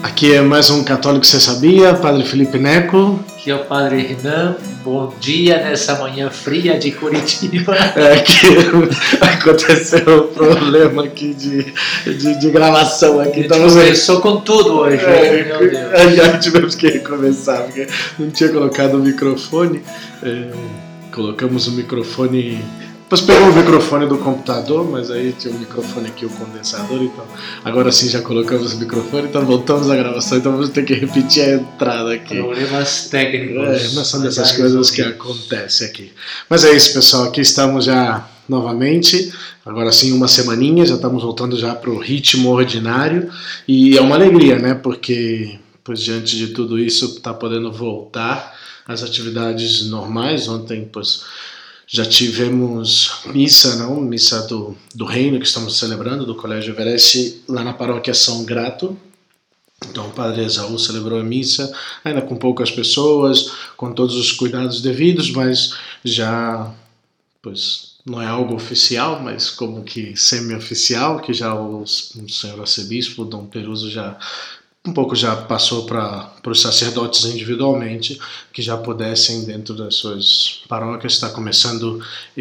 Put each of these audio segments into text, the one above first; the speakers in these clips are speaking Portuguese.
Aqui é mais um Católico Você Sabia, Padre Felipe Neco. Aqui é o Padre Renan. Bom dia nessa manhã fria de Curitiba. Que aconteceu um problema aqui de gravação aqui. A gente começou com tudo hoje, meu Deus. Já tivemos que recomeçar, porque não tinha colocado o microfone. Colocamos o microfone... Depois pegou o microfone do computador, mas aí tinha o microfone aqui, o condensador, então agora sim já colocamos o microfone, então voltamos à gravação, então vamos ter que repetir a entrada aqui. Problemas técnicos. Mas são dessas coisas que acontecem aqui. Mas é isso, pessoal, aqui estamos já novamente, agora sim uma semaninha, já estamos voltando já para o ritmo ordinário, e é uma alegria, né, porque pois, diante de tudo isso, está podendo voltar às atividades normais. Ontem, pois... já tivemos missa do Reino que estamos celebrando, do Colégio Everest, lá na paróquia São Grato. Então o Padre Esaú celebrou a missa, ainda com poucas pessoas, com todos os cuidados devidos, mas já, pois, não é algo oficial, mas como que semi-oficial, que já o senhor arcebispo, Dom Peruso, já um pouco já passou para os sacerdotes individualmente, que já pudessem, dentro das suas paróquias, estar começando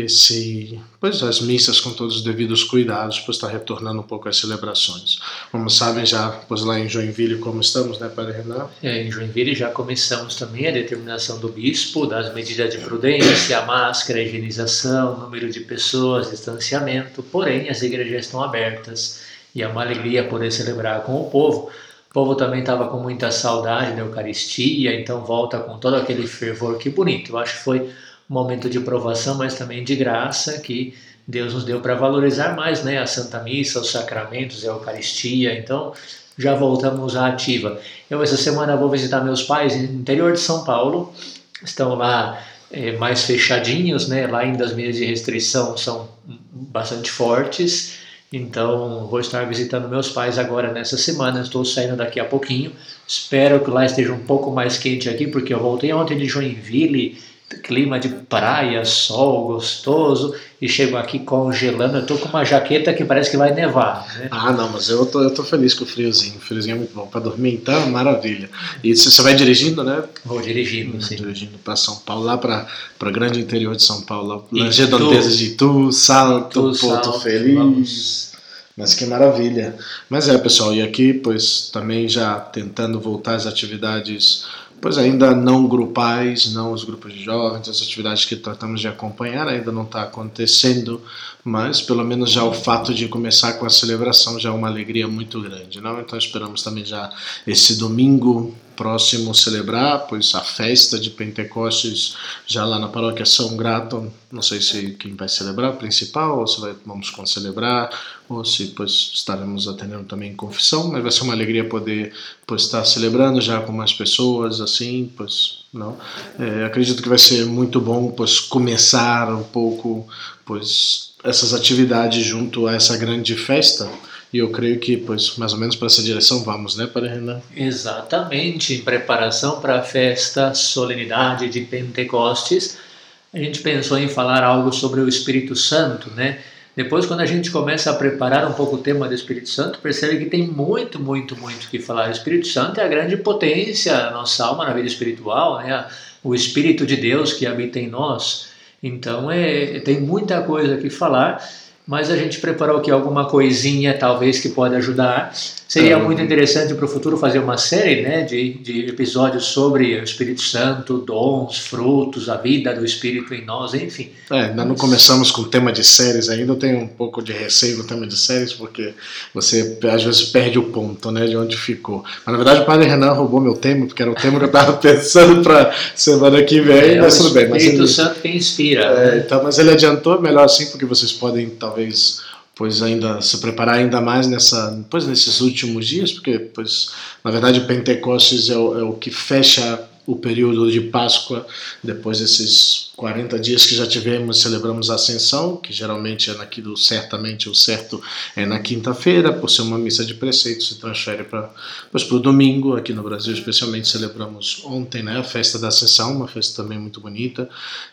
as missas com todos os devidos cuidados, para estar retornando um pouco às celebrações. Como sabem, já pois, lá em Joinville, como estamos, né, Padre Renan? Em Joinville já começamos também a determinação do bispo, das medidas de prudência, a máscara, a higienização, número de pessoas, distanciamento, porém as igrejas estão abertas e é uma alegria poder celebrar com o povo. O povo também estava com muita saudade da Eucaristia, então volta com todo aquele fervor. Que bonito, eu acho que foi um momento de provação, mas também de graça que Deus nos deu para valorizar mais, né, a Santa Missa, os sacramentos, a Eucaristia. Então já voltamos à ativa. Eu essa semana vou visitar meus pais no interior de São Paulo, estão lá mais fechadinhos, né, lá ainda as medidas de restrição são bastante fortes. Então, vou estar visitando meus pais agora nessa semana, estou saindo daqui a pouquinho, espero que lá esteja um pouco mais quente aqui, porque eu voltei ontem de Joinville, clima de praia, sol gostoso, e chego aqui congelando. Eu estou com uma jaqueta que parece que vai nevar, né? Ah, não, mas eu tô feliz com o friozinho é muito bom, para dormir então, maravilha. E você vai dirigindo, né? Vou dirigindo, sim. Dirigindo para São Paulo, lá para grande interior de São Paulo, lá nas redondezas de Itu, Salto, Porto Feliz. Vamos. Mas que maravilha. Mas pessoal, e aqui, pois, também já tentando voltar às atividades, pois ainda não grupais, não os grupos de jovens, as atividades que tratamos de acompanhar ainda não está acontecendo, mas pelo menos já o fato de começar com a celebração já é uma alegria muito grande, não? Então esperamos também já esse domingo próximo celebrar, pois a festa de Pentecostes já lá na paróquia São Grato, não sei se quem vai celebrar, o principal, ou se vamos concelebrar, ou se pois estaremos atendendo também confissão, mas vai ser uma alegria poder pois estar celebrando já com mais pessoas, assim, pois não. Acredito que vai ser muito bom pois começar um pouco pois essas atividades junto a essa grande festa. E eu creio que, pois, mais ou menos para essa direção vamos, né, Padre Renan? Exatamente, em preparação para a festa, solenidade de Pentecostes, a gente pensou em falar algo sobre o Espírito Santo, né? Depois, quando a gente começa a preparar um pouco o tema do Espírito Santo, percebe que tem muito o que falar. O Espírito Santo é a grande potência da nossa alma na vida espiritual, né? O Espírito de Deus que habita em nós. Então, tem muita coisa que falar, mas a gente preparou aqui alguma coisinha, talvez, que pode ajudar. Seria muito interessante para o futuro fazer uma série, né, de episódios sobre o Espírito Santo, dons, frutos, a vida do Espírito em nós, enfim. Ainda não começamos com o tema de séries ainda, eu tenho um pouco de receio no tema de séries, porque você às vezes perde o ponto, né, de onde ficou. Mas na verdade o Padre Renan roubou meu tema, porque era o tema que eu estava pensando para semana que vem, mas tudo bem. O Espírito Santo que inspira. Então, mas ele adiantou, melhor assim, porque vocês podem talvez pois ainda se preparar ainda mais nesses últimos dias, porque pois na verdade Pentecostes é o que fecha o período de Páscoa. Depois desses 40 dias que já tivemos, celebramos a Ascensão, que geralmente é certamente o certo é na quinta-feira, por ser uma missa de preceito, se transfere para o domingo. Aqui no Brasil especialmente celebramos ontem, né, a festa da Ascensão, uma festa também muito bonita,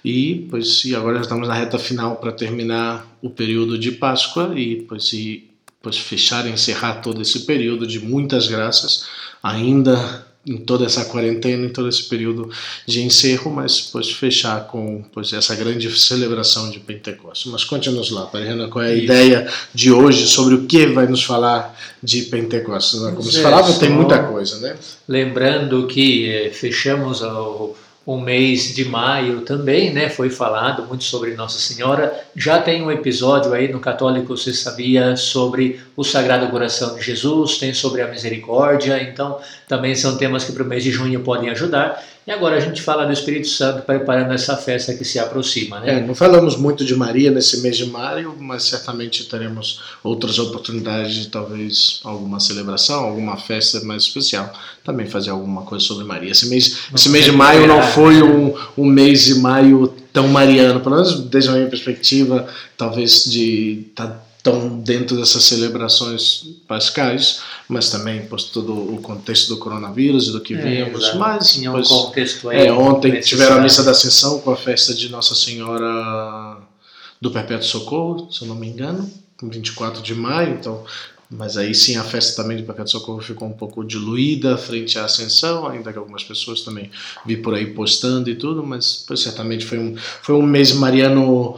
e agora já estamos na reta final para terminar o período de Páscoa e fechar e encerrar todo esse período de muitas graças, ainda em toda essa quarentena, em todo esse período de encerro, mas depois fechar com essa grande celebração de Pentecostes. Mas conte-nos lá, Padre Renan, qual é a ideia de hoje sobre o que vai nos falar de Pentecostes? Como se falava, tem muita coisa, né? Lembrando que fechamos o mês de maio também, né? Foi falado muito sobre Nossa Senhora. Já tem um episódio aí no Católico Você Sabia sobre o Sagrado Coração de Jesus, tem sobre a misericórdia, então também são temas que para o mês de junho podem ajudar. E agora a gente fala do Espírito Santo preparando essa festa que se aproxima, né? Não falamos muito de Maria nesse mês de maio, mas certamente teremos outras oportunidades de talvez alguma celebração, alguma festa mais especial, também fazer alguma coisa sobre Maria. Esse mês de maio não foi um mês de maio tão mariano, pelo menos desde a minha perspectiva, talvez de estar tão dentro dessas celebrações pascais, mas também por todo o contexto do coronavírus e do que vimos. Mas tinha um contexto aí ontem tiveram a missa da Ascensão com a festa de Nossa Senhora do Perpétuo Socorro, se eu não me engano, 24 de maio, então. Mas aí sim a festa também do Perpétuo Socorro ficou um pouco diluída frente à Ascensão, ainda que algumas pessoas também vi por aí postando e tudo, mas certamente foi um mês mariano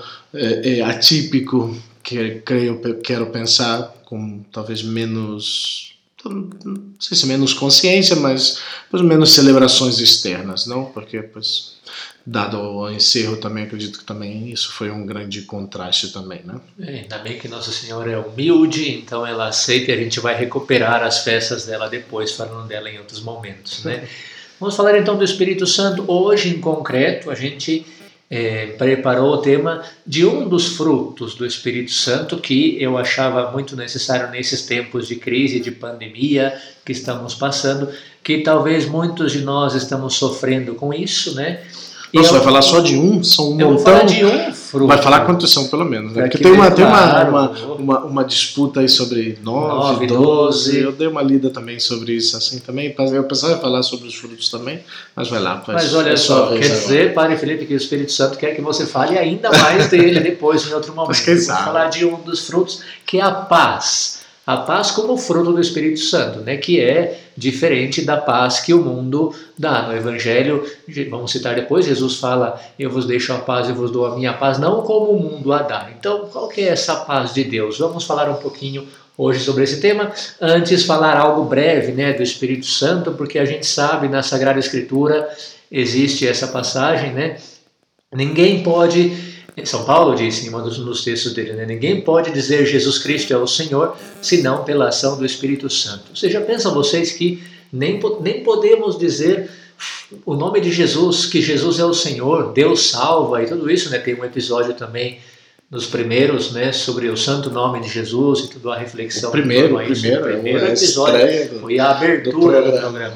atípico, que quero pensar com talvez menos, não sei se menos consciência, mas menos celebrações externas, não? Porque dado o encerro também, acredito que também isso foi um grande contraste também, né? Ainda bem que Nossa Senhora é humilde, então ela aceita e a gente vai recuperar as festas dela depois, falando dela em outros momentos, né? Vamos falar então do Espírito Santo. Hoje, em concreto, a gente preparou o tema de um dos frutos do Espírito Santo que eu achava muito necessário nesses tempos de crise, de pandemia que estamos passando, que talvez muitos de nós estamos sofrendo com isso, né? Nossa, vai falar só de um? São um montão. Vou falar de um fruto. Vai falar quantos são, pelo menos, né? Porque tem uma disputa aí sobre 9, 12. Eu dei uma lida também sobre isso, assim, também. Eu pensava em falar sobre os frutos também, mas vai lá. Mas olha só, quer dizer, Padre Felipe, que o Espírito Santo quer que você fale ainda mais dele depois, em outro momento. Vamos falar de um dos frutos, que é a paz. A paz como fruto do Espírito Santo, né, que é diferente da paz que o mundo dá. No Evangelho, vamos citar depois, Jesus fala, eu vos deixo a paz e vos dou a minha paz, não como o mundo a dá. Então, qual que é essa paz de Deus? Vamos falar um pouquinho hoje sobre esse tema. Antes, falar algo breve, né, do Espírito Santo, porque a gente sabe, na Sagrada Escritura, existe essa passagem, né, ninguém pode... São Paulo disse em um dos textos dele, né? Ninguém pode dizer Jesus Cristo é o Senhor, senão pela ação do Espírito Santo. Ou seja, pensam vocês que nem podemos dizer o nome de Jesus, que Jesus é o Senhor, Deus salva e tudo isso, né? Tem um episódio também nos primeiros, né, sobre o santo nome de Jesus e tudo, a reflexão. O primeiro episódio foi a abertura do programa.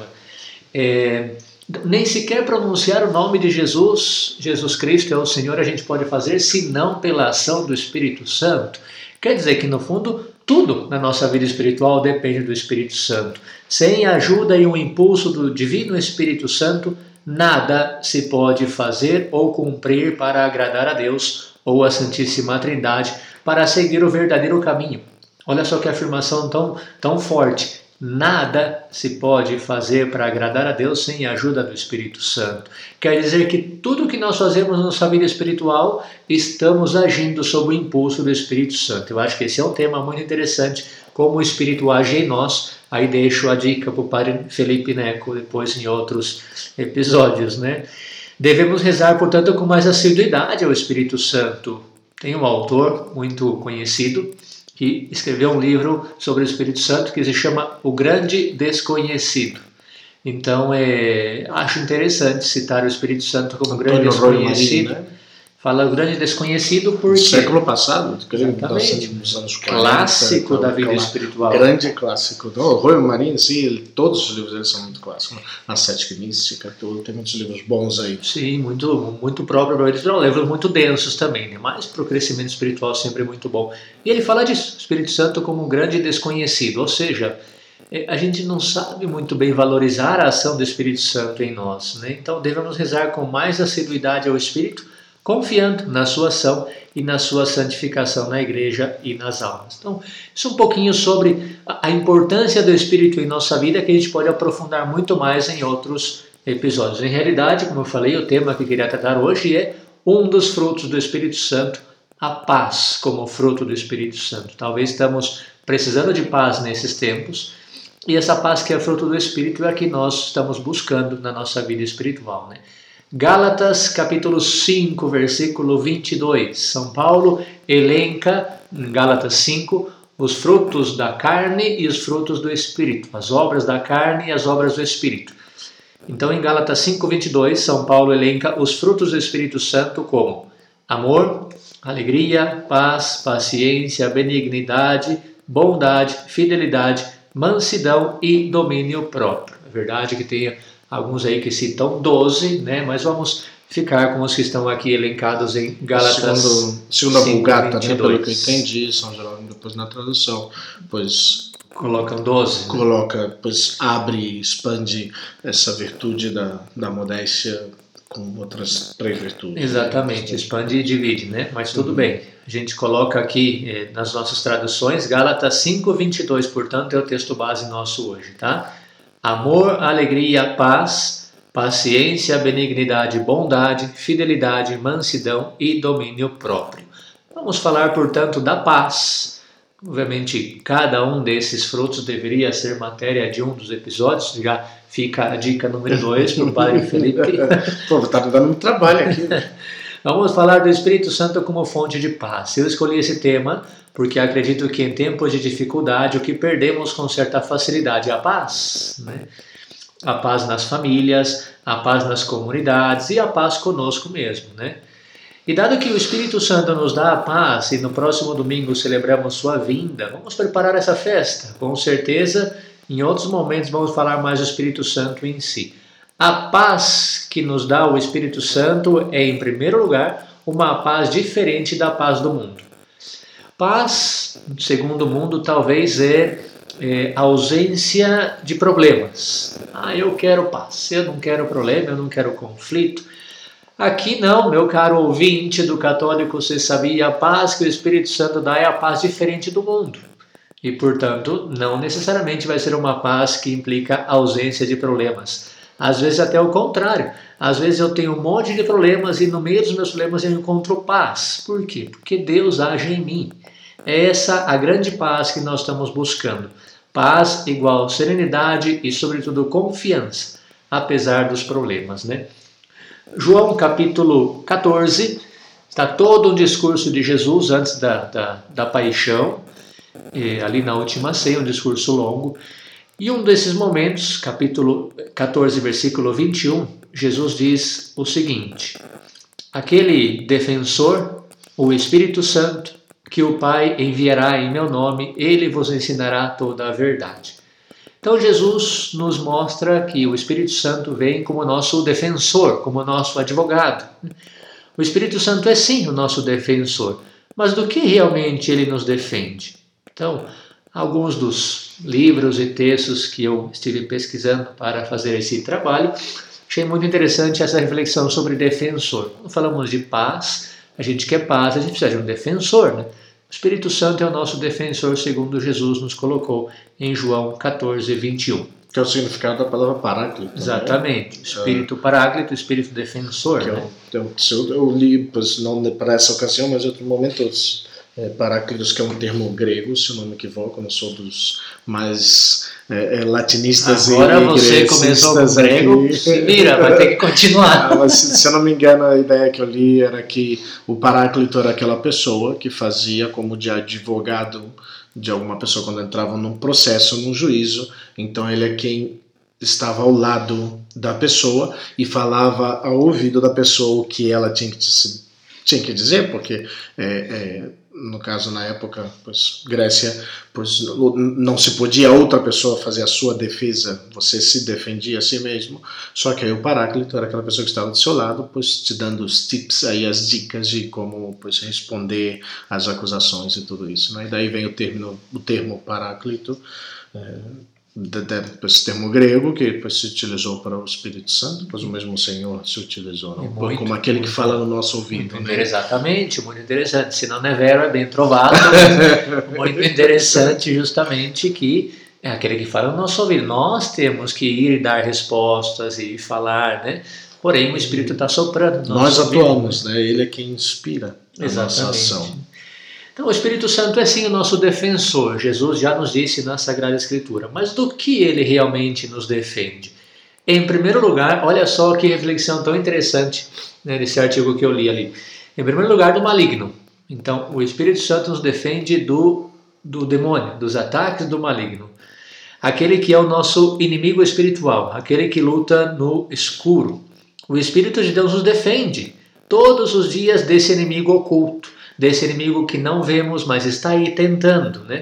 Nem sequer pronunciar o nome de Jesus, Jesus Cristo é o Senhor, a gente pode fazer senão pela ação do Espírito Santo. Quer dizer que, no fundo, tudo na nossa vida espiritual depende do Espírito Santo. Sem a ajuda e o impulso do Divino Espírito Santo, nada se pode fazer ou cumprir para agradar a Deus ou a Santíssima Trindade, para seguir o verdadeiro caminho. Olha só que afirmação tão forte. Nada se pode fazer para agradar a Deus sem a ajuda do Espírito Santo. Quer dizer que tudo que nós fazemos na nossa vida espiritual, estamos agindo sob o impulso do Espírito Santo. Eu acho que esse é um tema muito interessante, como o Espírito age em nós. Aí deixo a dica para o Padre Felipe Neco depois em outros episódios, né? Devemos rezar, portanto, com mais assiduidade ao Espírito Santo. Tem um autor muito conhecido que escreveu um livro sobre o Espírito Santo que se chama O Grande Desconhecido. Então, acho interessante citar o Espírito Santo como grande desconhecido. Marinho, né? Fala o grande desconhecido porque... No século passado, nos anos 40. Clássico da vida espiritual. Grande clássico. O Roy Marinho, sim, todos os livros dele são muito clássicos. A Ascética e Mística, tem muitos livros bons aí. Sim, muito próprio para eles. Livros muito densos também, né? Mas para o crescimento espiritual sempre muito bom. E ele fala disso, o Espírito Santo como um grande desconhecido, ou seja... a gente não sabe muito bem valorizar a ação do Espírito Santo em nós, né? Então devemos rezar com mais assiduidade ao Espírito, confiando na sua ação e na sua santificação na igreja e nas almas. Então, isso é um pouquinho sobre a importância do Espírito em nossa vida, que a gente pode aprofundar muito mais em outros episódios. Em realidade, como eu falei, o tema que eu queria tratar hoje é um dos frutos do Espírito Santo, a paz como fruto do Espírito Santo. Talvez estamos precisando de paz nesses tempos, e essa paz que é fruto do Espírito é a que nós estamos buscando na nossa vida espiritual, né? Gálatas capítulo 5, versículo 22. São Paulo elenca, em Gálatas 5, os frutos da carne e os frutos do Espírito, as obras da carne e as obras do Espírito. Então, em Gálatas 5, 22, São Paulo elenca os frutos do Espírito Santo como amor, alegria, paz, paciência, benignidade, bondade, fidelidade, mansidão e domínio próprio. É verdade que tem alguns aí que citam 12, né? Mas vamos ficar com os que estão aqui elencados em Gálatas segundo a Vulgata, né? Pelo que eu entendi, São Jerônimo depois na tradução, pois colocam 12. Coloca, pois abre e expande essa virtude da modéstia com outras 3 virtudes. Exatamente, expande e divide, né? Mas tudo bem. A gente coloca aqui nas nossas traduções, Gálatas 5, 22, portanto é o texto base nosso hoje, tá? Amor, alegria, paz, paciência, benignidade, bondade, fidelidade, mansidão e domínio próprio. Vamos falar, portanto, da paz. Obviamente, cada um desses frutos deveria ser matéria de um dos episódios. Já fica a dica número 2 para o Padre Felipe. Pô, tá me dando muito trabalho aqui. Vamos falar do Espírito Santo como fonte de paz. Eu escolhi esse tema porque acredito que em tempos de dificuldade o que perdemos com certa facilidade é a paz, né? A paz nas famílias, a paz nas comunidades e a paz conosco mesmo, né? E dado que o Espírito Santo nos dá a paz e no próximo domingo celebramos sua vinda, vamos preparar essa festa. Com certeza, em outros momentos vamos falar mais do Espírito Santo em si. A paz que nos dá o Espírito Santo é, em primeiro lugar, uma paz diferente da paz do mundo. Paz, segundo o mundo, talvez é ausência de problemas. Eu quero paz, eu não quero problema, eu não quero conflito. Aqui não, meu caro ouvinte do Católico, você sabia, a paz que o Espírito Santo dá é a paz diferente do mundo. E, portanto, não necessariamente vai ser uma paz que implica ausência de problemas. Às vezes até o contrário. Às vezes eu tenho um monte de problemas e no meio dos meus problemas eu encontro paz. Por quê? Porque Deus age em mim. É essa a grande paz que nós estamos buscando. Paz igual serenidade e, sobretudo, confiança, apesar dos problemas, né? João capítulo 14, está todo um discurso de Jesus antes da paixão, ali na última ceia, um discurso longo. E um desses momentos, capítulo 14, versículo 21, Jesus diz o seguinte: aquele defensor, o Espírito Santo, que o Pai enviará em meu nome, ele vos ensinará toda a verdade. Então Jesus nos mostra que o Espírito Santo vem como nosso defensor, como nosso advogado. O Espírito Santo é sim o nosso defensor, mas do que realmente ele nos defende? Então, alguns dos livros e textos que eu estive pesquisando para fazer esse trabalho, achei muito interessante essa reflexão sobre defensor. Quando falamos de paz, a gente quer paz, a gente precisa de um defensor, né? O Espírito Santo é o nosso defensor, segundo Jesus nos colocou em João 14, 21. Que é o significado da palavra paráclito. Exatamente. Né? Espírito paráclito, Espírito defensor. Que né? eu li, pois, não para essa ocasião, mas em outro momento, paráclitos, que é um termo grego, se eu não me equivoco, não sou dos mais latinistas. Agora você começou com o grego, se vira, vai ter que continuar. Mas, se eu não me engano, a ideia que eu li era que o paráclito era aquela pessoa que fazia como de advogado de alguma pessoa quando entrava num processo, num juízo. Então ele é quem estava ao lado da pessoa e falava ao ouvido da pessoa o que ela tinha que dizer, porque no caso na época, pois, Grécia, pois não se podia outra pessoa fazer a sua defesa, você se defendia a si mesmo, só que aí o paráclito era aquela pessoa que estava do seu lado, pois te dando os tips aí, as dicas de como, pois, responder às acusações e tudo isso, né? E daí vem o termo paráclito, esse termo grego que depois se utilizou para o Espírito Santo, depois o mesmo Senhor se utilizou, como aquele que fala no nosso ouvido. Né? Exatamente, muito interessante. Se não é vero, é bem trovado. Muito interessante, justamente, que é aquele que fala no nosso ouvido. Nós temos que ir e dar respostas e falar, né? Porém, o Espírito está soprando. Nós atuamos, né? Ele é quem inspira a nossa ação. Então, o Espírito Santo é sim o nosso defensor. Jesus já nos disse na Sagrada Escritura. Mas do que ele realmente nos defende? Em primeiro lugar, olha só que reflexão tão interessante, né, nesse artigo que eu li ali. Em primeiro lugar, do maligno. Então, o Espírito Santo nos defende do demônio, dos ataques do maligno. Aquele que é o nosso inimigo espiritual, aquele que luta no escuro. O Espírito de Deus nos defende todos os dias desse inimigo oculto, desse inimigo que não vemos, mas está aí tentando, né?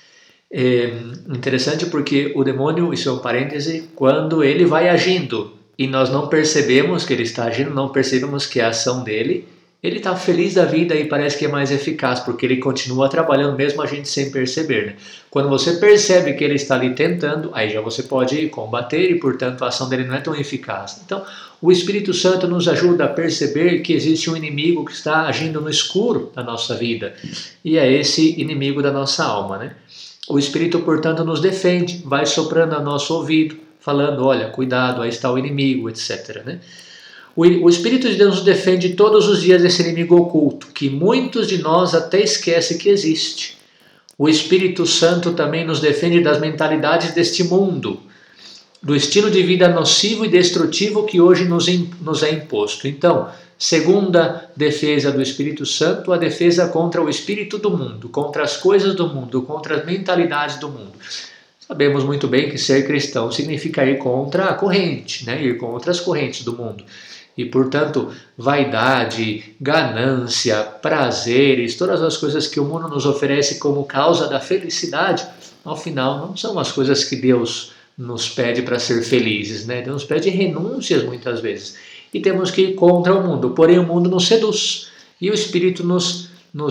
É interessante porque o demônio, isso é um parêntese, quando ele vai agindo e nós não percebemos que ele está agindo, não percebemos que é a ação dele, ele está feliz da vida e parece que é mais eficaz, porque ele continua trabalhando mesmo a gente sem perceber, né? Quando você percebe que ele está ali tentando, aí já você pode combater e, portanto, a ação dele não é tão eficaz. Então, o Espírito Santo nos ajuda a perceber que existe um inimigo que está agindo no escuro da nossa vida, e é esse inimigo da nossa alma, né? O Espírito, portanto, nos defende, vai soprando ao nosso ouvido, falando, olha, cuidado, aí está o inimigo, etc., né? O Espírito de Deus nos defende todos os dias desse inimigo oculto, que muitos de nós até esquecem que existe. O Espírito Santo também nos defende das mentalidades deste mundo, do estilo de vida nocivo e destrutivo que hoje nos é imposto. Então, segunda defesa do Espírito Santo, a defesa contra o espírito do mundo, contra as coisas do mundo, contra as mentalidades do mundo. Sabemos muito bem que ser cristão significa ir contra a corrente, né? Ir contra as correntes do mundo. E, portanto, vaidade, ganância, prazeres, todas as coisas que o mundo nos oferece como causa da felicidade, ao final não são as coisas que Deus nos pede para ser felizes, né? Deus nos pede renúncias muitas vezes. E temos que ir contra o mundo, porém o mundo nos seduz. E o Espírito nos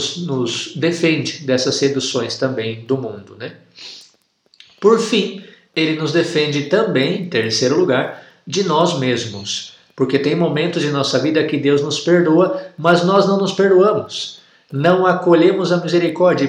defende dessas seduções também do mundo, né? Por fim, ele nos defende também, em terceiro lugar, de nós mesmos. Porque tem momentos em nossa vida que Deus nos perdoa, mas nós não nos perdoamos. Não acolhemos a misericórdia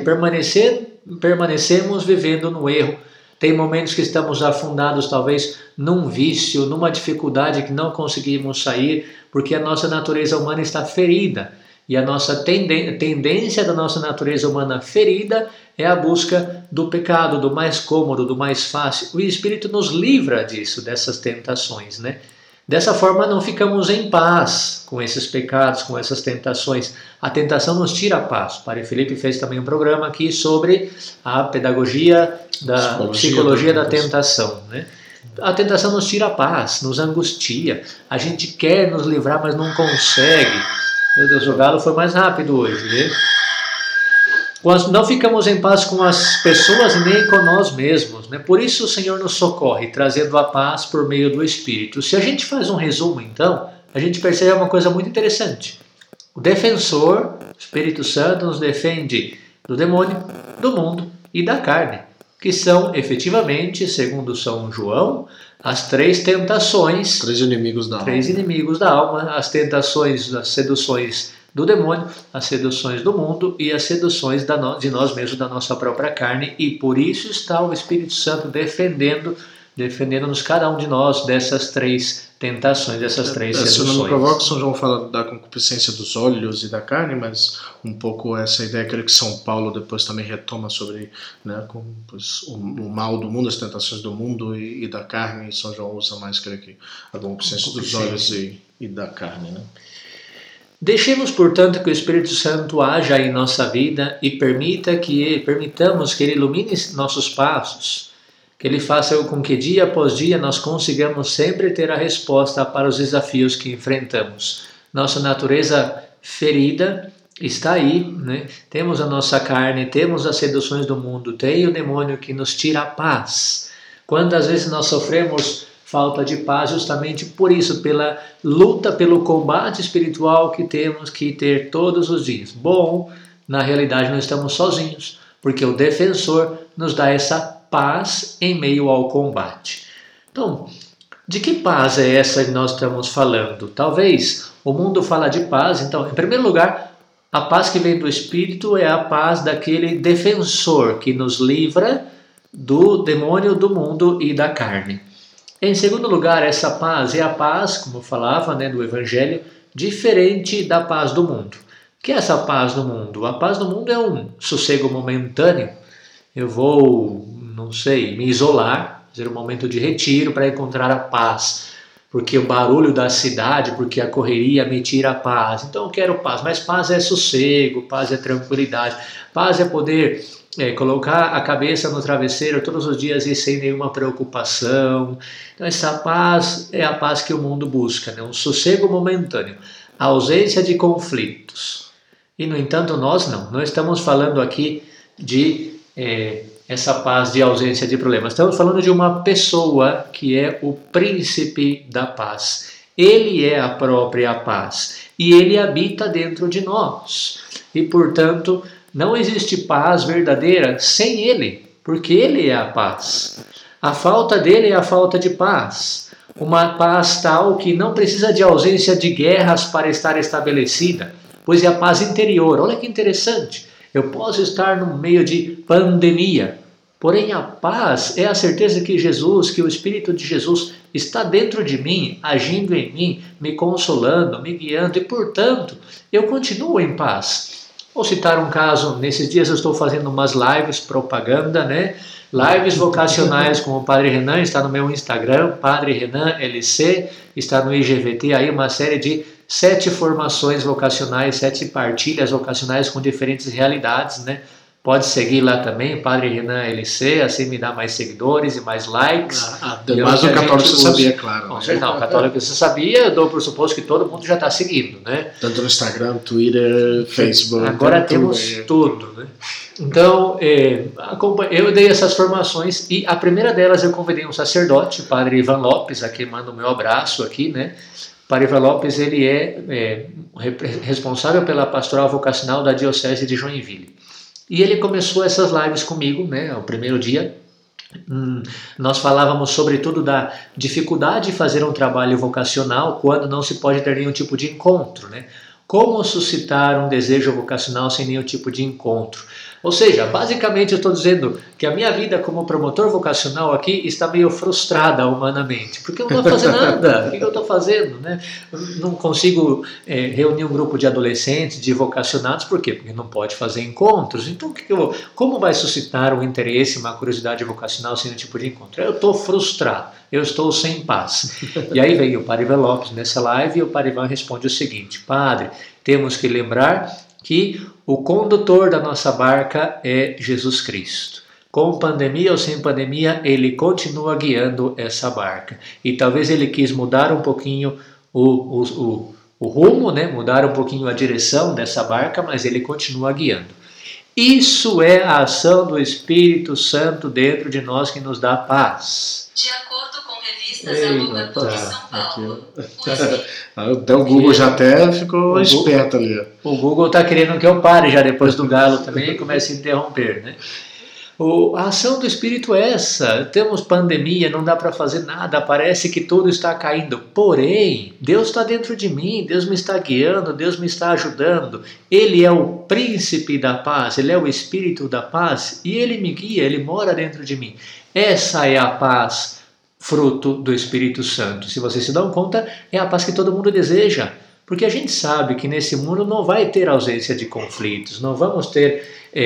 e permanecemos vivendo no erro. Tem momentos que estamos afundados talvez num vício, numa dificuldade que não conseguimos sair, porque a nossa natureza humana está ferida. E a nossa tendência da nossa natureza humana ferida é a busca do pecado, do mais cômodo, do mais fácil. O Espírito nos livra disso, dessas tentações, né? Dessa forma não ficamos em paz com esses pecados, com essas tentações. A tentação nos tira a paz. O Padre Felipe fez também um programa aqui sobre a pedagogia da psicologia da tentação, né? A tentação nos tira a paz, nos angustia. A gente quer nos livrar, mas não consegue. Meu Deus, o galo foi mais rápido hoje, né? Não ficamos em paz com as pessoas nem com nós mesmos, né? Por isso o Senhor nos socorre, trazendo a paz por meio do Espírito. Se a gente faz um resumo, então, a gente percebe uma coisa muito interessante. O defensor, o Espírito Santo, nos defende do demônio, do mundo e da carne, que são, efetivamente, segundo São João, as três tentações. Três inimigos da alma. As tentações, as seduções do demônio, as seduções do mundo e as seduções de nós mesmos, da nossa própria carne. E por isso está o Espírito Santo defendendo-nos, cada um de nós, dessas três tentações, dessas três seduções. Se não me provoca, São João fala da concupiscência dos olhos e da carne, mas um pouco essa ideia, creio que São Paulo depois também retoma sobre, né, o mal do mundo, as tentações do mundo e da carne, e São João usa mais, creio que, a concupiscência dos olhos e da carne, né? Deixemos, portanto, que o Espírito Santo haja em nossa vida e permitamos que ele ilumine nossos passos, que ele faça com que dia após dia nós consigamos sempre ter a resposta para os desafios que enfrentamos. Nossa natureza ferida está aí, né? Temos a nossa carne, temos as seduções do mundo, tem o demônio que nos tira a paz. Quantas vezes nós sofremos falta de paz justamente por isso, pela luta, pelo combate espiritual que temos que ter todos os dias. Bom, na realidade não estamos sozinhos, porque o defensor nos dá essa paz em meio ao combate. Então, de que paz é essa que nós estamos falando? Talvez o mundo fala de paz, então, em primeiro lugar, a paz que vem do Espírito é a paz daquele defensor que nos livra do demônio, do mundo e da carne. Em segundo lugar, essa paz é a paz, como eu falava, do Evangelho, diferente da paz do mundo. O que é essa paz do mundo? A paz do mundo é um sossego momentâneo. Eu vou, me isolar, fazer um momento de retiro para encontrar a paz. Porque o barulho da cidade, porque a correria me tira a paz. Então eu quero paz, mas paz é sossego, paz é tranquilidade. Paz é poder colocar a cabeça no travesseiro todos os dias e sem nenhuma preocupação. Então essa paz é a paz que o mundo busca, um sossego momentâneo, a ausência de conflitos. E no entanto nós não estamos falando aqui de essa paz de ausência de problemas. Estamos falando de uma pessoa que é o príncipe da paz. Ele é a própria paz e ele habita dentro de nós. E portanto não existe paz verdadeira sem ele, porque ele é a paz. A falta dele é a falta de paz. Uma paz tal que não precisa de ausência de guerras para estar estabelecida, pois é a paz interior. Olha que interessante. Eu posso estar no meio de pandemia, porém a paz é a certeza que Jesus, que o Espírito de Jesus está dentro de mim, agindo em mim, me consolando, me guiando e, portanto, eu continuo em paz. Vou citar um caso, nesses dias eu estou fazendo umas lives, propaganda, lives vocacionais com o Padre Renan, está no meu Instagram, Padre Renan LC, está no IGVT, aí uma série de 7 formações vocacionais, 7 partilhas vocacionais com diferentes realidades, Pode seguir lá também, Padre Renan LC, assim me dá mais seguidores e mais likes. Mas o católico você sabia, claro. Bom, não, o católico você sabia, eu dou por suposto que todo mundo já está seguindo, Tanto no Instagram, Twitter, Facebook. Agora temos tudo, Então, eu dei essas formações e a primeira delas eu convidei um sacerdote, o Padre Ivan Lopes, aqui manda o meu abraço aqui, O Padre Ivan Lopes, ele é responsável pela pastoral vocacional da Diocese de Joinville. E ele começou essas lives comigo, o primeiro dia. Nós falávamos sobretudo da dificuldade de fazer um trabalho vocacional quando não se pode ter nenhum tipo de encontro, Como suscitar um desejo vocacional sem nenhum tipo de encontro. Ou seja, basicamente eu estou dizendo que a minha vida como promotor vocacional aqui está meio frustrada humanamente, porque eu não estou fazendo nada. O que eu estou fazendo? Não consigo reunir um grupo de adolescentes, de vocacionados, por quê? Porque não pode fazer encontros. Então, como vai suscitar um interesse, uma curiosidade vocacional sem nenhum tipo de encontro? Eu estou frustrado, eu estou sem paz. E aí veio o Padre Ivan Lopes nessa live e o Padre Ivan responde o seguinte: Padre, temos que lembrar que o condutor da nossa barca é Jesus Cristo. Com pandemia ou sem pandemia, ele continua guiando essa barca. E talvez ele quis mudar um pouquinho o rumo, mudar um pouquinho a direção dessa barca, mas ele continua guiando. Isso é a ação do Espírito Santo dentro de nós que nos dá paz. De acordo com revistas de São Paulo. Até o Google já ficou esperto ali. O Google está querendo que eu pare já depois do galo também e comece a interromper, A ação do Espírito é essa. Temos pandemia, não dá para fazer nada, parece que tudo está caindo. Porém, Deus está dentro de mim, Deus me está guiando, Deus me está ajudando. Ele é o príncipe da paz, Ele é o Espírito da paz e Ele me guia, Ele mora dentro de mim. Essa é a paz, fruto do Espírito Santo. Se vocês se dão conta, é a paz que todo mundo deseja. Porque a gente sabe que nesse mundo não vai ter ausência de conflitos, não vamos ter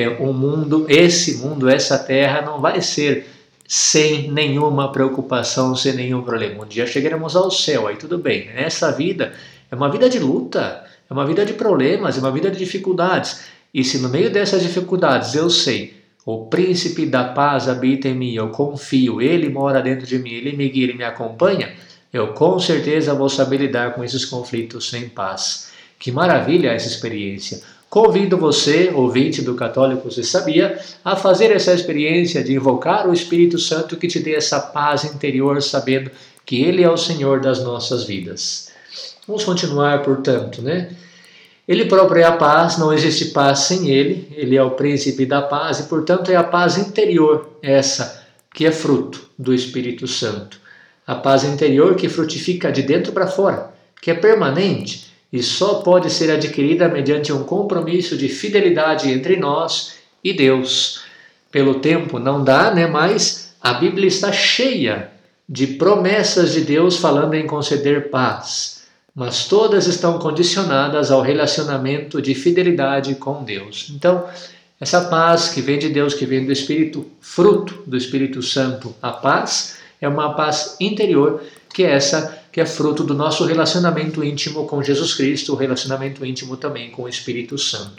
essa terra não vai ser sem nenhuma preocupação, sem nenhum problema. Um dia chegaremos ao céu, aí tudo bem. Essa vida é uma vida de luta, é uma vida de problemas, é uma vida de dificuldades. E se no meio dessas dificuldades eu sei, o príncipe da paz habita em mim, eu confio, ele mora dentro de mim, ele me guia, ele me acompanha, eu com certeza vou saber lidar com esses conflitos sem paz. Que maravilha essa experiência! Convido você, ouvinte do Católico Você Sabia, a fazer essa experiência de invocar o Espírito Santo que te dê essa paz interior, sabendo que Ele é o Senhor das nossas vidas. Vamos continuar, portanto, Ele próprio é a paz, não existe paz sem Ele. Ele é o príncipe da paz e, portanto, é a paz interior, essa que é fruto do Espírito Santo. A paz interior que frutifica de dentro para fora, que é permanente e só pode ser adquirida mediante um compromisso de fidelidade entre nós e Deus. Pelo tempo não dá, mas a Bíblia está cheia de promessas de Deus falando em conceder paz, mas todas estão condicionadas ao relacionamento de fidelidade com Deus. Então, essa paz que vem de Deus, que vem do Espírito, fruto do Espírito Santo, a paz, é uma paz interior, que é essa que é fruto do nosso relacionamento íntimo com Jesus Cristo, o relacionamento íntimo também com o Espírito Santo.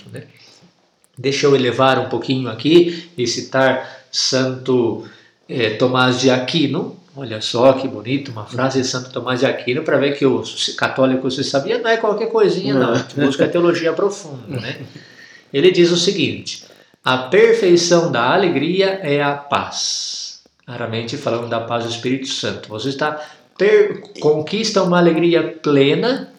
Deixa eu elevar um pouquinho aqui e citar Santo Tomás de Aquino. Olha só que bonito, uma frase de Santo Tomás de Aquino, para ver que o católico se sabia, não é qualquer coisinha não, a gente busca a teologia profunda. Ele diz o seguinte: a perfeição da alegria é a paz. Claramente falando da paz do Espírito Santo. Você conquista uma alegria plena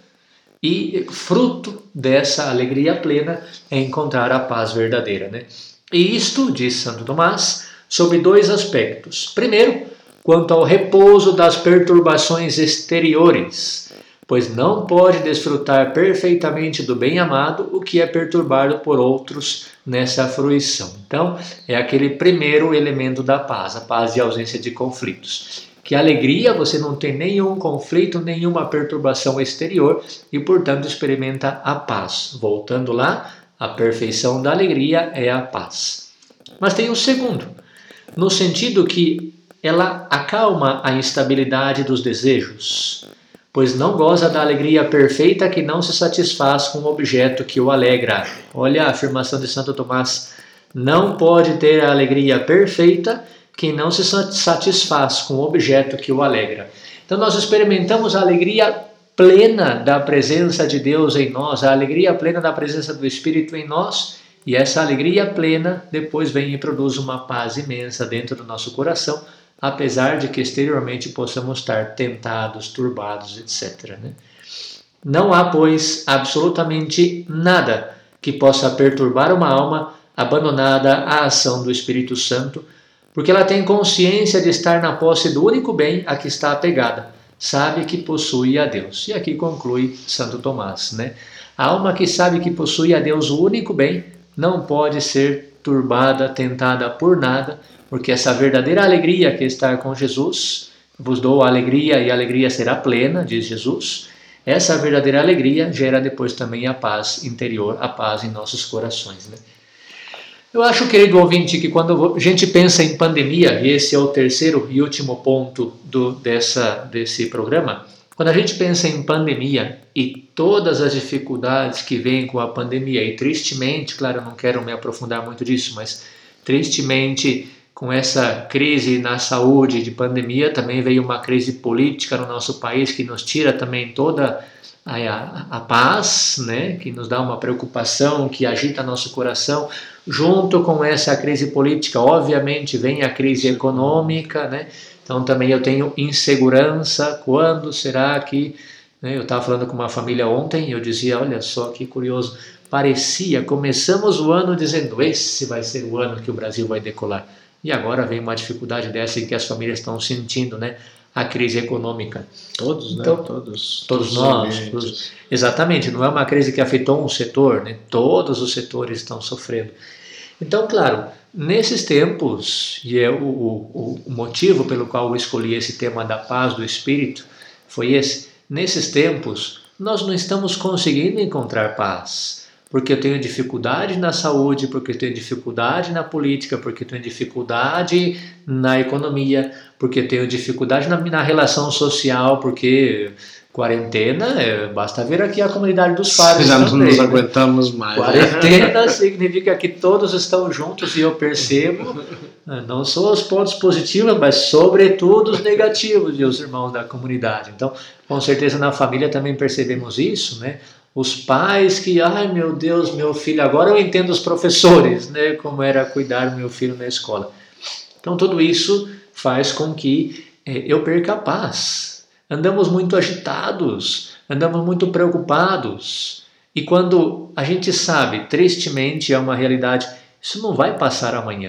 e fruto dessa alegria plena é encontrar a paz verdadeira. E isto, diz Santo Tomás, sobre 2 aspectos. Primeiro, quanto ao repouso das perturbações exteriores, pois não pode desfrutar perfeitamente do bem-amado o que é perturbado por outros nessa fruição. Então, é aquele primeiro elemento da paz, a paz de ausência de conflitos. Que alegria, você não tem nenhum conflito, nenhuma perturbação exterior e, portanto, experimenta a paz. Voltando lá, a perfeição da alegria é a paz. Mas tem um segundo, no sentido que ela acalma a instabilidade dos desejos, pois não goza da alegria perfeita que não se satisfaz com o objeto que o alegra. Olha a afirmação de Santo Tomás: não pode ter a alegria perfeita quem não se satisfaz com o objeto que o alegra. Então nós experimentamos a alegria plena da presença de Deus em nós, a alegria plena da presença do Espírito em nós, e essa alegria plena depois vem e produz uma paz imensa dentro do nosso coração, apesar de que exteriormente possamos estar tentados, turbados, etc. Não há, pois, absolutamente nada que possa perturbar uma alma abandonada à ação do Espírito Santo, porque ela tem consciência de estar na posse do único bem a que está apegada, sabe que possui a Deus. E aqui conclui Santo Tomás. A alma que sabe que possui a Deus o único bem não pode ser turbada, tentada por nada, porque essa verdadeira alegria que é estar com Jesus, vos dou a alegria e a alegria será plena, diz Jesus, essa verdadeira alegria gera depois também a paz interior, a paz em nossos corações. Eu acho, querido ouvinte, que quando a gente pensa em pandemia, e esse é o terceiro e último ponto desse programa, quando a gente pensa em pandemia e todas as dificuldades que vêm com a pandemia, e tristemente, claro, eu não quero me aprofundar muito disso, mas tristemente com essa crise na saúde de pandemia, também veio uma crise política no nosso país que nos tira também toda a paz, que nos dá uma preocupação, que agita nosso coração. Junto com essa crise política, obviamente, vem a crise econômica, Então também eu tenho insegurança, quando será que... Eu estava falando com uma família ontem e eu dizia, olha só que curioso, começamos o ano dizendo, esse vai ser o ano que o Brasil vai decolar. E agora vem uma dificuldade dessa em que as famílias estão sentindo, a crise econômica. Todos, então, todos nós. Exatamente, não é uma crise que afetou um setor, todos os setores estão sofrendo. Então, claro, nesses tempos, e é o motivo pelo qual eu escolhi esse tema da paz do Espírito, foi esse. Nesses tempos, nós não estamos conseguindo encontrar paz, porque eu tenho dificuldade na saúde, porque eu tenho dificuldade na política, porque eu tenho dificuldade na economia, porque eu tenho dificuldade na relação social, porque quarentena, basta ver aqui a comunidade dos padres. Já não nos aguentamos mais. Quarentena significa que todos estão juntos e eu percebo, não só os pontos positivos, mas sobretudo os negativos, meus irmãos da comunidade. Então, com certeza na família também percebemos isso, Os pais que, ai meu Deus, meu filho, agora eu entendo os professores, como era cuidar do meu filho na escola. Então tudo isso faz com que eu perca a paz. Andamos muito agitados, andamos muito preocupados. E quando a gente sabe, tristemente é uma realidade, isso não vai passar amanhã.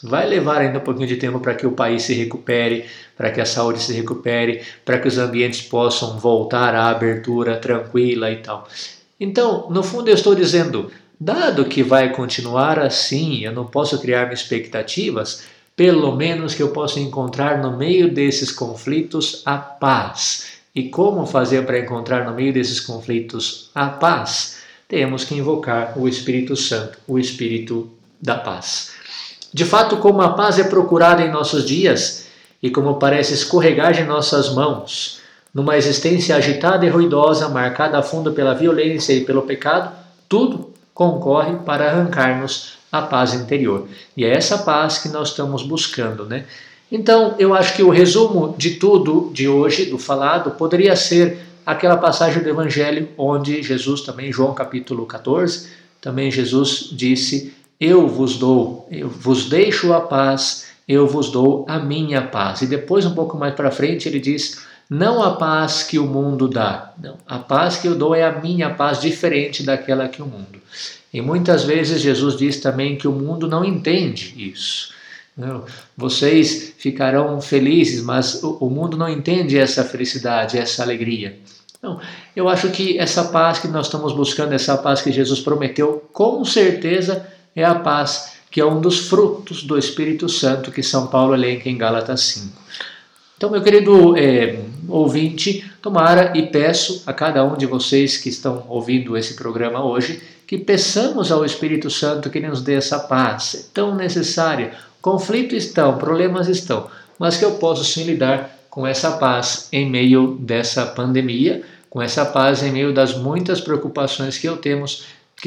Vai levar ainda um pouquinho de tempo para que o país se recupere, para que a saúde se recupere, para que os ambientes possam voltar à abertura tranquila e tal. Então, no fundo eu estou dizendo, dado que vai continuar assim, eu não posso criar expectativas, pelo menos que eu possa encontrar no meio desses conflitos a paz. E como fazer para encontrar no meio desses conflitos a paz? Temos que invocar o Espírito Santo, o Espírito da paz. De fato, como a paz é procurada em nossos dias e como parece escorregar de nossas mãos, numa existência agitada e ruidosa, marcada a fundo pela violência e pelo pecado, tudo concorre para arrancar-nos a paz interior. E é essa paz que nós estamos buscando, né? Então, eu acho que o resumo de tudo de hoje, do falado, poderia ser aquela passagem do Evangelho onde Jesus, também João capítulo 14, também Jesus disse: eu vos deixo a paz, eu vos dou a minha paz. E depois, um pouco mais para frente, ele diz: não a paz que o mundo dá, não, a paz que eu dou é a minha paz, diferente daquela que o mundo. E muitas vezes Jesus diz também que o mundo não entende isso. Não, vocês ficarão felizes, mas o mundo não entende essa felicidade, essa alegria. Então, eu acho que essa paz que nós estamos buscando, essa paz que Jesus prometeu, com certeza é a paz que é um dos frutos do Espírito Santo que São Paulo elenca em Gálatas 5. Então, meu querido ouvinte, tomara e peço a cada um de vocês que estão ouvindo esse programa hoje, que peçamos ao Espírito Santo que nos dê essa paz, é tão necessária. Conflitos estão, problemas estão, mas que eu posso sim lidar com essa paz em meio dessa pandemia, com essa paz em meio das muitas preocupações que temos,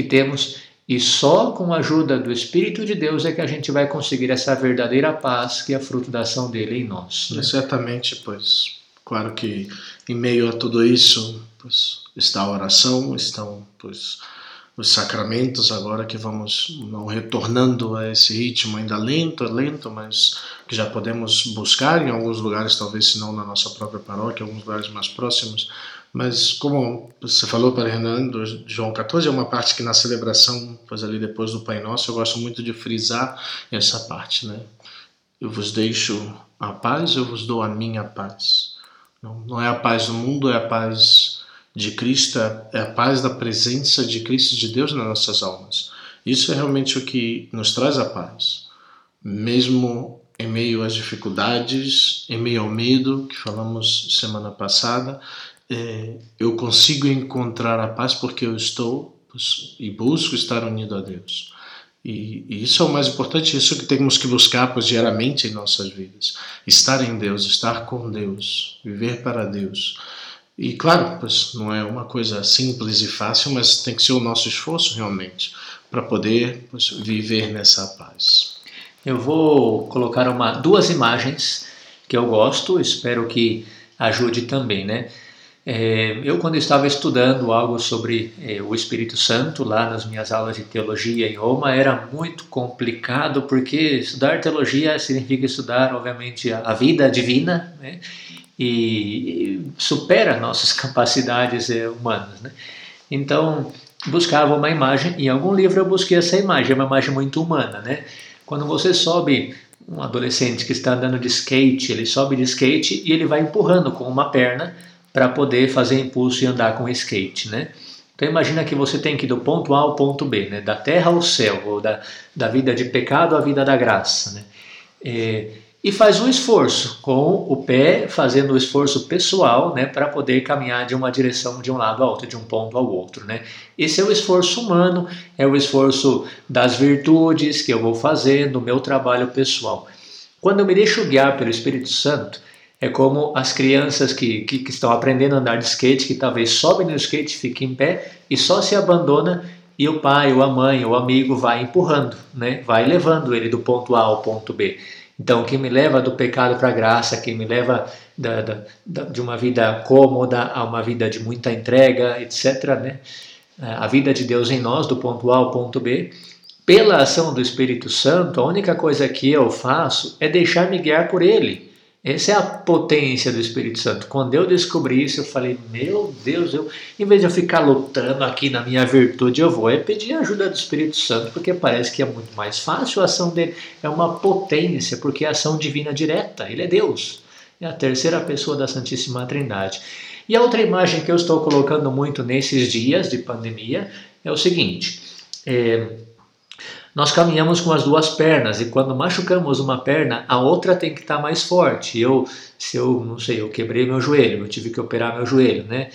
e só com a ajuda do Espírito de Deus é que a gente vai conseguir essa verdadeira paz que é fruto da ação dele em nós. Né? Certamente, pois, claro que em meio a tudo isso, pois, está a oração, estão, pois, os sacramentos agora que vamos não retornando a esse ritmo ainda lento, mas que já podemos buscar em alguns lugares, talvez se não na nossa própria paróquia, alguns lugares mais próximos. Mas como você falou, para Renan, do João 14, é uma parte que na celebração, pois ali depois do Pai Nosso, eu gosto muito de frisar essa parte, né? Eu vos deixo a paz, eu vos dou a minha paz. Não é a paz do mundo, é a paz de Cristo, é a paz da presença de Cristo e de Deus nas nossas almas. Isso é realmente o que nos traz a paz. Mesmo em meio às dificuldades, em meio ao medo, que falamos semana passada, eu consigo encontrar a paz porque eu estou e busco estar unido a Deus. E isso é o mais importante, isso que temos que buscar diariamente em nossas vidas. Estar em Deus, estar com Deus, viver para Deus. E claro, pois, não é uma coisa simples e fácil, mas tem que ser o nosso esforço realmente para poder viver nessa paz. Eu vou colocar duas imagens que eu gosto, espero que ajude também, né? Eu, quando estava estudando algo sobre o Espírito Santo, lá nas minhas aulas de teologia em Roma, era muito complicado, porque estudar teologia significa estudar, obviamente, a vida divina, né? E supera nossas capacidades humanas, né? Então, buscava uma imagem, em algum livro eu busquei essa imagem, é uma imagem muito humana, né? Quando você sobe, um adolescente que está andando de skate, ele sobe de skate e ele vai empurrando com uma perna para poder fazer impulso e andar com o skate, né? Então imagina que você tem que ir do ponto A ao ponto B, né? Da terra ao céu, ou da vida de pecado à vida da graça, né? E faz um esforço, com o pé fazendo o esforço pessoal, né, para poder caminhar de uma direção, de um lado ao outro, de um ponto ao outro, né? Esse é o esforço humano, é o esforço das virtudes que eu vou fazer no meu trabalho pessoal. Quando eu me deixo guiar pelo Espírito Santo, é como as crianças que estão aprendendo a andar de skate, que talvez sobem no skate, fiquem em pé e só se abandona, e o pai, ou a mãe, ou o amigo vai empurrando, né? Vai levando ele do ponto A ao ponto B. Então, quem me leva do pecado para a graça, quem me leva de uma vida cômoda a uma vida de muita entrega, etc., né? A vida de Deus em nós, do ponto A ao ponto B, pela ação do Espírito Santo, a única coisa que eu faço é deixar-me guiar por Ele. Essa é a potência do Espírito Santo. Quando eu descobri isso, eu falei, meu Deus, em vez de eu ficar lutando aqui na minha virtude, eu vou pedir a ajuda do Espírito Santo, porque parece que é muito mais fácil a ação dele. É uma potência, porque é ação divina direta. Ele é Deus. É a terceira pessoa da Santíssima Trindade. E a outra imagem que eu estou colocando muito nesses dias de pandemia é o seguinte... Nós caminhamos com as duas pernas e quando machucamos uma perna, a outra tem que estar mais forte. Eu quebrei meu joelho, eu tive que operar meu joelho, né?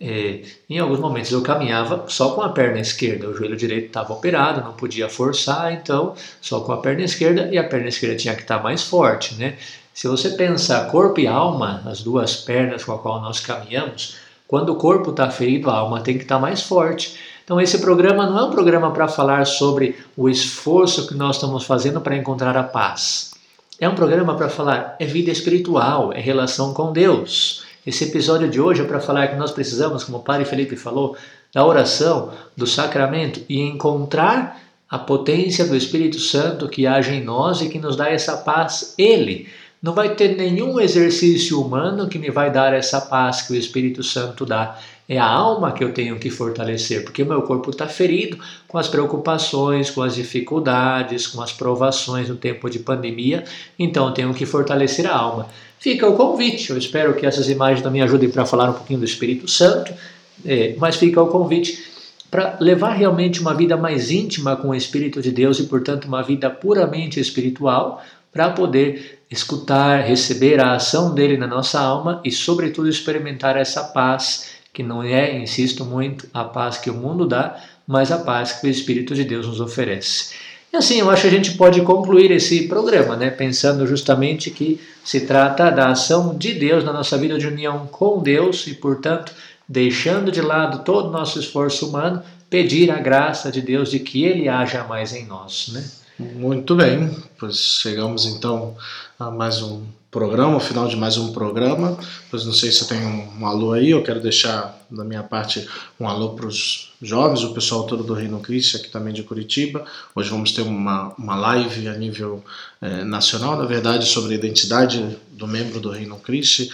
Em alguns momentos eu caminhava só com a perna esquerda, o joelho direito estava operado, não podia forçar, então só com a perna esquerda e a perna esquerda tinha que estar mais forte, né? Se você pensar corpo e alma, as duas pernas com a qual nós caminhamos, quando o corpo está ferido, a alma tem que estar mais forte. Então esse programa não é um programa para falar sobre o esforço que nós estamos fazendo para encontrar a paz. É um programa para falar, é vida espiritual, é relação com Deus. Esse episódio de hoje é para falar que nós precisamos, como o Padre Felipe falou, da oração, do sacramento e encontrar a potência do Espírito Santo que age em nós e que nos dá essa paz. Ele não vai ter nenhum exercício humano que me vai dar essa paz que o Espírito Santo dá. É a alma que eu tenho que fortalecer, porque o meu corpo está ferido com as preocupações, com as dificuldades, com as provações no tempo de pandemia, então eu tenho que fortalecer a alma. Fica o convite, eu espero que essas imagens também ajudem para falar um pouquinho do Espírito Santo, mas fica o convite para levar realmente uma vida mais íntima com o Espírito de Deus e, portanto, uma vida puramente espiritual, para poder escutar, receber a ação dele na nossa alma e, sobretudo, experimentar essa paz que não é, insisto muito, a paz que o mundo dá, mas a paz que o Espírito de Deus nos oferece. E assim, eu acho que a gente pode concluir esse programa, né, pensando justamente que se trata da ação de Deus na nossa vida de união com Deus e, portanto, deixando de lado todo o nosso esforço humano, pedir a graça de Deus de que Ele haja mais em nós, né? Muito bem, pois chegamos então a mais um programa, ao final de mais um programa. Pois não sei se tem um alô aí, eu quero deixar da minha parte um alô para os jovens, o pessoal todo do Reino Cristo, aqui também de Curitiba. Hoje vamos ter uma live a nível nacional, na verdade, sobre a identidade do membro do Reino Cristo,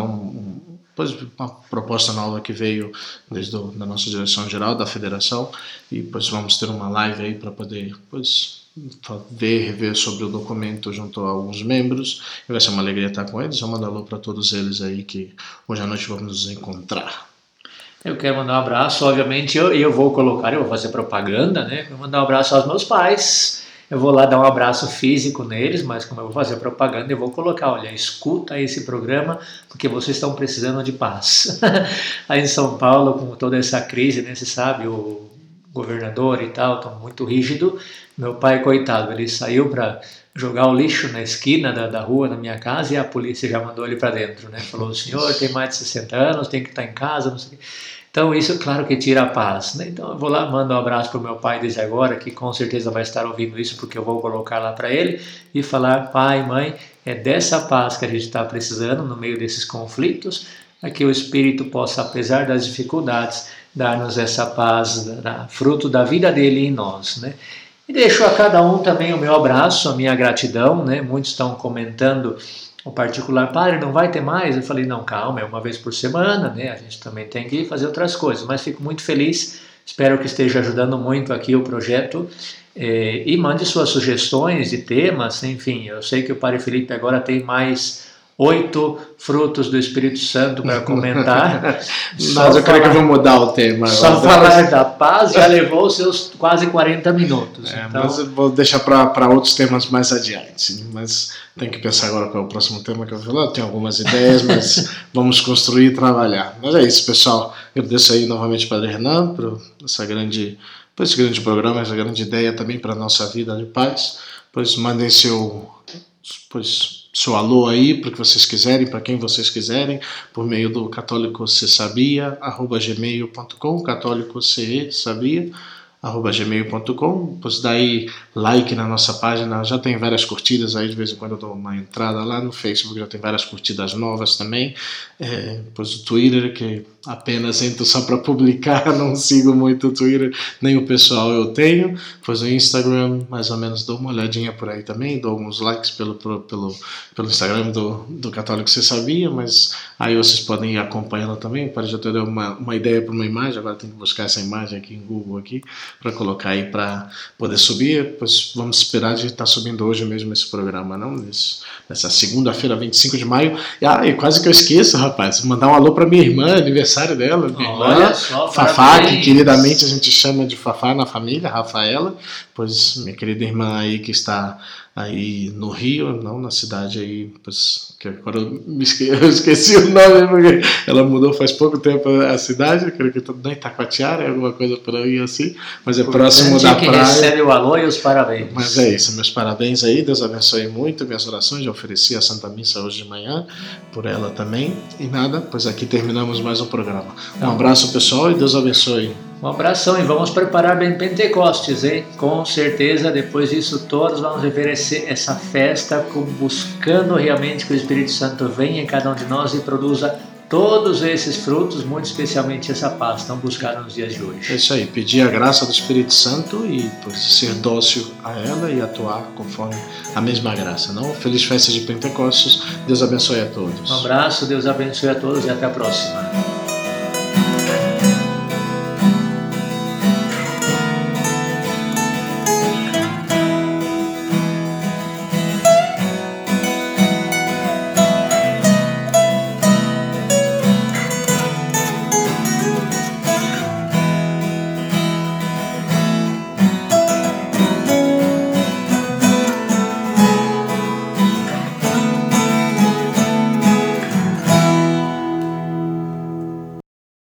pois uma proposta nova que veio da nossa direção geral, da federação, e pois vamos ter uma live aí para poder rever sobre o documento junto a alguns membros, e vai ser uma alegria estar com eles. Eu mando alô para todos eles aí que hoje à noite vamos nos encontrar. Eu quero mandar um abraço, obviamente eu vou fazer propaganda, né? Eu vou mandar um abraço aos meus pais, eu vou lá dar um abraço físico neles, mas como eu vou fazer propaganda, eu vou colocar, olha, escuta esse programa, porque vocês estão precisando de paz. Aí em São Paulo, com toda essa crise, né, você sabe, o governador e tal, estão muito rígido. Meu pai, coitado, ele saiu para jogar o lixo na esquina da rua da minha casa e a polícia já mandou ele para dentro, né? Falou, o senhor tem mais de 60 anos, tem que estar em casa, não sei o quê. Então isso, claro que tira a paz, né? Então eu vou lá, mando um abraço para o meu pai desde agora, que com certeza vai estar ouvindo isso, porque eu vou colocar lá para ele e falar, pai, mãe, é dessa paz que a gente está precisando no meio desses conflitos, para que o Espírito possa, apesar das dificuldades, dar-nos essa paz, fruto da vida dele em nós, né? E deixo a cada um também o meu abraço, a minha gratidão, né? Muitos estão comentando o particular, padre, não vai ter mais? Eu falei, não, calma, é uma vez por semana, né? A gente também tem que fazer outras coisas, mas fico muito feliz, espero que esteja ajudando muito aqui o projeto, e mande suas sugestões de temas, enfim, eu sei que o Padre Felipe agora tem mais 8 frutos do Espírito Santo para comentar. Mas eu creio que eu vou mudar o tema. Só falar da paz já levou os seus quase 40 minutos. Então... Mas eu vou deixar para outros temas mais adiante. Mas tem que pensar agora qual é o próximo tema que eu vou falar. Eu tenho algumas ideias, mas vamos construir e trabalhar. Mas é isso, pessoal. Eu agradeço aí novamente ao Padre Renan por esse grande programa, essa grande ideia também para a nossa vida de paz. Pois mandem seu alô aí para o que vocês quiserem, para quem vocês quiserem, por meio do católicosesabia@gmail.com, católicosesabia gmail.com. Pois daí like na nossa página, já tem várias curtidas aí, de vez em quando eu dou uma entrada lá no Facebook, já tem várias curtidas novas também. Pois o Twitter, que apenas entro só para publicar, não sigo muito o Twitter, nem o pessoal eu tenho. Pois o Instagram, mais ou menos dou uma olhadinha por aí também, dou alguns likes pelo Instagram do Católico Você Sabia, mas aí vocês podem ir acompanhando também. Para já ter uma ideia para uma imagem, agora tem que buscar essa imagem aqui em Google aqui para colocar aí para poder subir. Pois vamos esperar de estar subindo hoje mesmo esse programa, não? Nessa segunda-feira, 25 de maio. E quase que eu esqueço, rapaz, mandar um alô para minha irmã, aniversário dela, minha irmã Fafá, que queridamente a gente chama de Fafá na família, Rafaela. Pois minha querida irmã aí que está aí no Rio, não na cidade aí, pois, que agora eu esqueci o nome, porque ela mudou faz pouco tempo a cidade, eu creio que está na Itacoatiara, alguma coisa por aí assim, mas é próximo da praia. Recebe o alô e os parabéns. Mas é isso, meus parabéns aí, Deus abençoe muito, minhas orações, eu ofereci a Santa Missa hoje de manhã, por ela também, e nada, pois aqui terminamos mais um programa. Um abraço pessoal e Deus abençoe. Um abração e vamos preparar bem Pentecostes, hein? Com certeza, depois disso todos vamos viver essa festa buscando realmente que o Espírito Santo venha em cada um de nós e produza todos esses frutos, muito especialmente essa paz, tão buscada nos dias de hoje. É isso aí, pedir a graça do Espírito Santo e ser dócil a ela e atuar conforme a mesma graça, não? Feliz festa de Pentecostes, Deus abençoe a todos. Um abraço, Deus abençoe a todos e até a próxima.